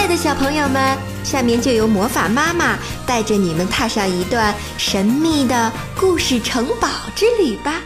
爱的小朋友们，下面就由魔法妈妈带着你们踏上一段神秘的故事城堡之旅吧。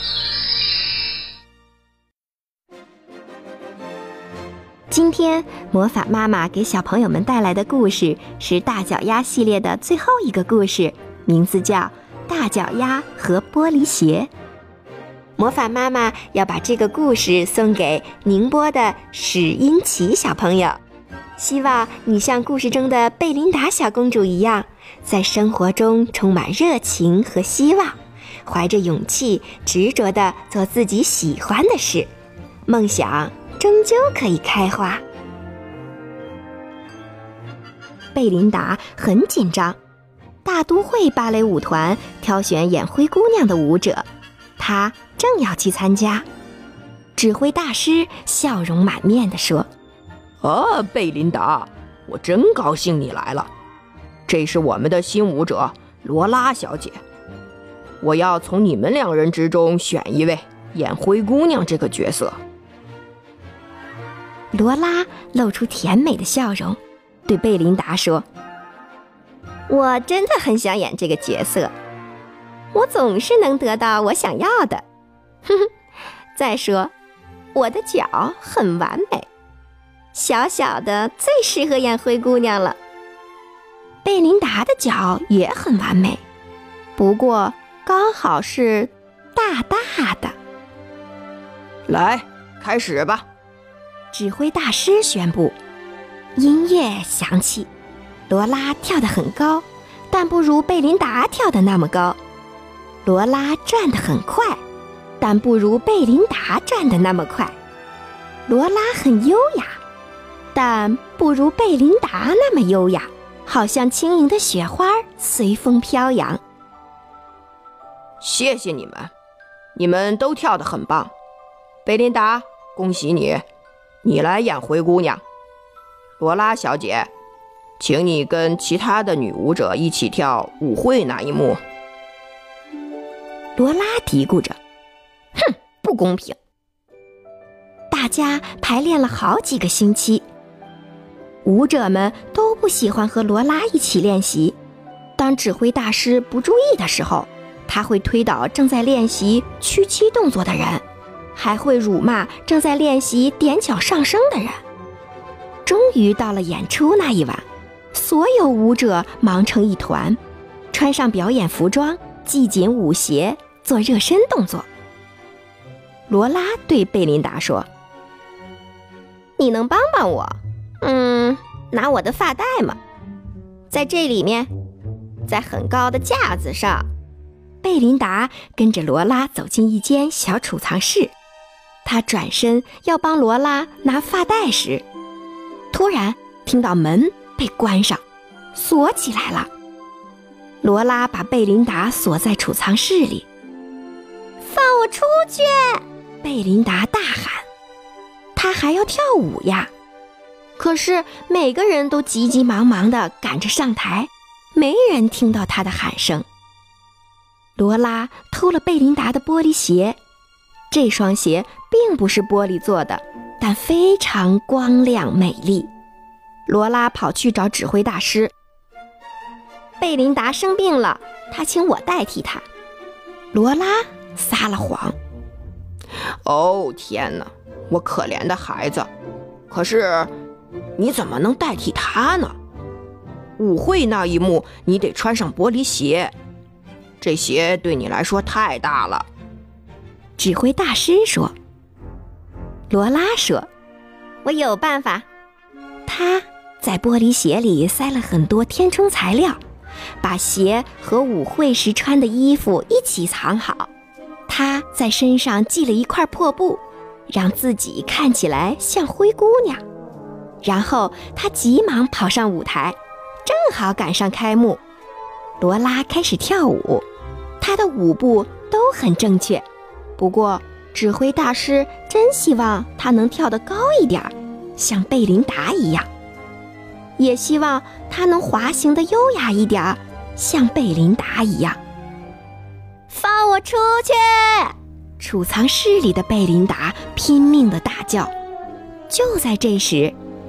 今天魔法妈妈给小朋友们带来的故事是大脚丫系列的最后一个故事，名字叫《大脚丫和玻璃鞋》。魔法妈妈要把这个故事送给宁波的史英奇小朋友，希望你像故事中的贝琳达小公主一样，在生活中充满热情和希望，怀着勇气执着地做自己喜欢的事，梦想终究可以开花。贝琳达很紧张，大都会芭蕾舞团挑选演灰姑娘的舞者，她正要去参加。指挥大师笑容满面地说： 贝琳达，我真高兴你来了。这是我们的新舞者罗拉小姐，我要从你们2人之中选一位演灰姑娘这个角色。 罗拉露出甜美的笑容，对贝琳达说：我真的很想演这个角色，我总是能得到我想要的。哼哼，再说我的脚很完美，小小的最适合演灰姑娘了。贝琳达的脚也很完美，不过刚好是大大的。 来，开始吧。 指挥大师宣布。音乐响起，罗拉跳得很高，但不如贝琳达跳得那么高。罗拉转得很快，但不如贝琳达转得那么快。罗拉很优雅，但不如贝琳达那么优雅，好像轻盈的雪花随风飘扬。 谢谢你们，你们都跳得很棒。贝琳达，恭喜你，你来演灰姑娘。罗拉小姐，请你跟其他的女舞者一起跳舞会那一幕。 罗拉嘀咕着：哼，不公平。大家排练了好几个星期，舞者们都不喜欢和罗拉一起练习。当指挥大师不注意的时候，他会推倒正在练习屈膝动作的人，还会辱骂正在练习踮脚上升的人。终于到了演出那一晚，所有舞者忙成一团，穿上表演服装，系紧舞鞋，做热身动作。罗拉对贝琳达说：你能帮帮我？拿我的发带吗？在这里面，在很高的架子上。贝琳达跟着罗拉走进一间小储藏室，她转身要帮罗拉拿发带时，突然听到门被关上，锁起来了。罗拉把贝琳达锁在储藏室里。放我出去！贝琳达大喊。她还要跳舞呀，可是每个人都急急忙忙地赶着上台，没人听到她的喊声。罗拉偷了贝琳达的玻璃鞋，这双鞋并不是玻璃做的，但非常光亮美丽。罗拉跑去找指挥大师。贝琳达生病了，他请我代替她。罗拉撒了谎。 天哪，我可怜的孩子，可是你怎么能代替他呢？舞会那一幕你得穿上玻璃鞋，这鞋对你来说太大了。 指挥大师说。罗拉说：我有办法。他在玻璃鞋里塞了很多填充材料，把鞋和舞会时穿的衣服一起藏好。他在身上系了一块破布，让自己看起来像灰姑娘。然后他急忙跑上舞台，正好赶上开幕。罗拉开始跳舞，她的舞步都很正确，不过指挥大师真希望她能跳得高一点，像贝琳达一样，也希望她能滑行得优雅一点，像贝琳达一样。放我出去！储藏室里的贝琳达拼命地大叫。就在这时，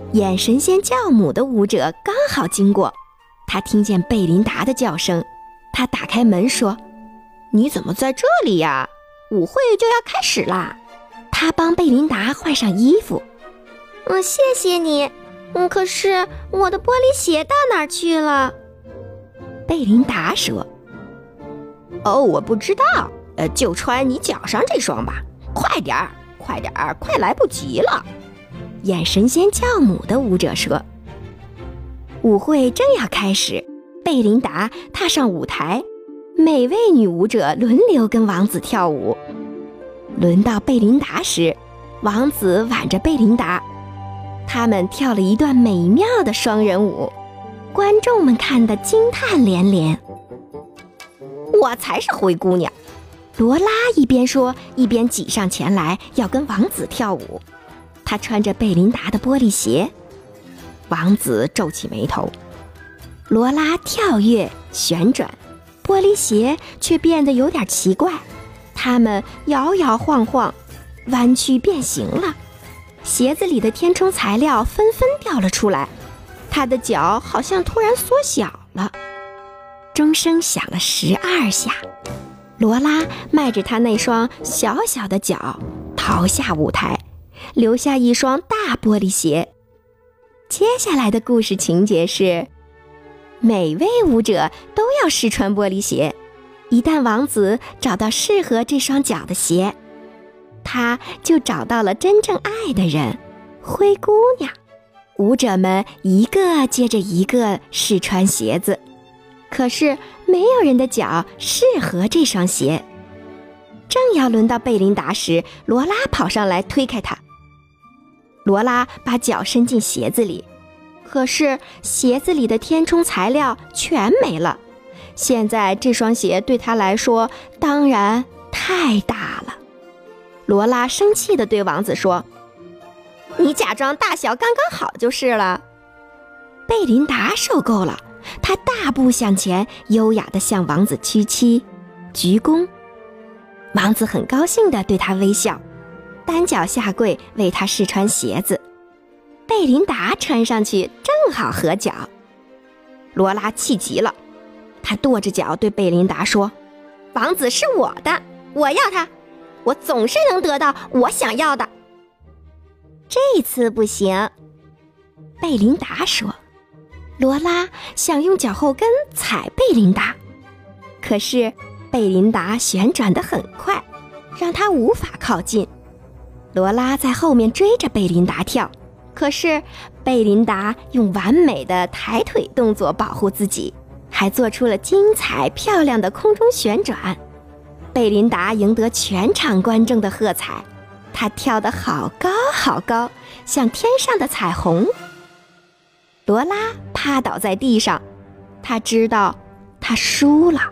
演神仙教母的舞者刚好经过，他听见贝琳达的叫声，他打开门说：“你怎么在这里呀？舞会就要开始啦。”他帮贝琳达换上衣服。 谢谢你。可是我的玻璃鞋到哪儿去了？ 贝琳达说：“ 我不知道，就穿你脚上这双吧。快点儿，快点儿，快来不及了。” 演神仙教母的舞者说。舞会正要开始，贝琳达踏上舞台，每位女舞者轮流跟王子跳舞。轮到贝琳达时，王子挽着贝琳达，他们跳了一段美妙的双人舞，观众们看得惊叹连连。 我才是灰姑娘， 罗拉一边说一边挤上前来要跟王子跳舞。她穿着贝琳达的玻璃鞋。王子皱起眉头。罗拉跳跃旋转，玻璃鞋却变得有点奇怪，它们摇摇晃晃，弯曲变形了。鞋子里的填充材料纷纷掉了出来，她的脚好像突然缩小了。钟声响了12下，罗拉迈着她那双小小的脚逃下舞台，留下一双大玻璃鞋。接下来的故事情节是，每位舞者都要试穿玻璃鞋，一旦王子找到适合这双脚的鞋，他就找到了真正爱的人——灰姑娘。舞者们一个接着一个试穿鞋子，可是没有人的脚适合这双鞋。正要轮到贝琳达时，罗拉跑上来推开她。罗拉把脚伸进鞋子里，可是鞋子里的填充材料全没了。现在这双鞋对她来说当然太大了。罗拉生气地对王子说：“ 你假装大小刚刚好就是了。” 贝琳达受够了，她大步向前，优雅地向王子屈膝鞠躬。王子很高兴地对她微笑，单脚下跪为她试穿鞋子。贝琳达穿上去正好合脚。罗拉气极了，她跺着脚对贝琳达说：“ 王子是我的，我要他，我总是能得到我想要的。” 这次不行，贝琳达说。罗拉想用脚后跟踩贝琳达，可是贝琳达旋转得很快，让她无法靠近。罗拉在后面追着贝琳达跳，可是贝琳达用完美的抬腿动作保护自己，还做出了精彩漂亮的空中旋转。贝琳达赢得全场观众的喝彩，她跳得好高好高，像天上的彩虹。罗拉趴倒在地上，她知道她输了。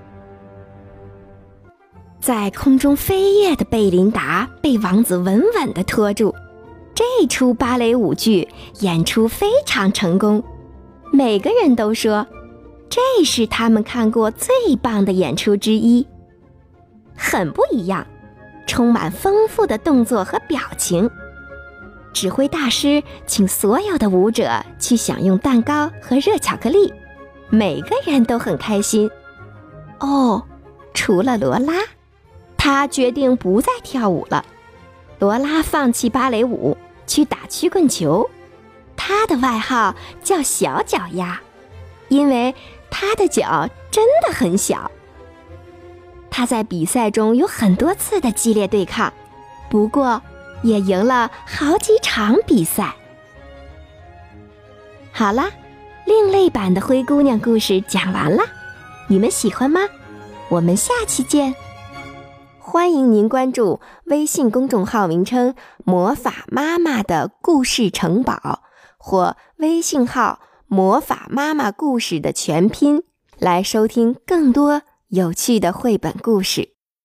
在空中飞跃的贝琳达被王子稳稳地拖住。这出芭蕾舞剧演出非常成功，每个人都说这是他们看过最棒的演出之一。很不一样，充满丰富的动作和表情。指挥大师请所有的舞者去享用蛋糕和热巧克力，每个人都很开心。除了罗拉，她决定不再跳舞了。罗拉放弃芭蕾舞，去打曲棍球。她的外号叫小脚丫，因为她的脚真的很小。她在比赛中有很多次的激烈对抗，不过也赢了好几场比赛。好啦，另类版的灰姑娘故事讲完了，你们喜欢吗？我们下期见。欢迎您关注微信公众号名称魔法妈妈的故事城堡，或微信号魔法妈妈故事的全拼，来收听更多有趣的绘本故事。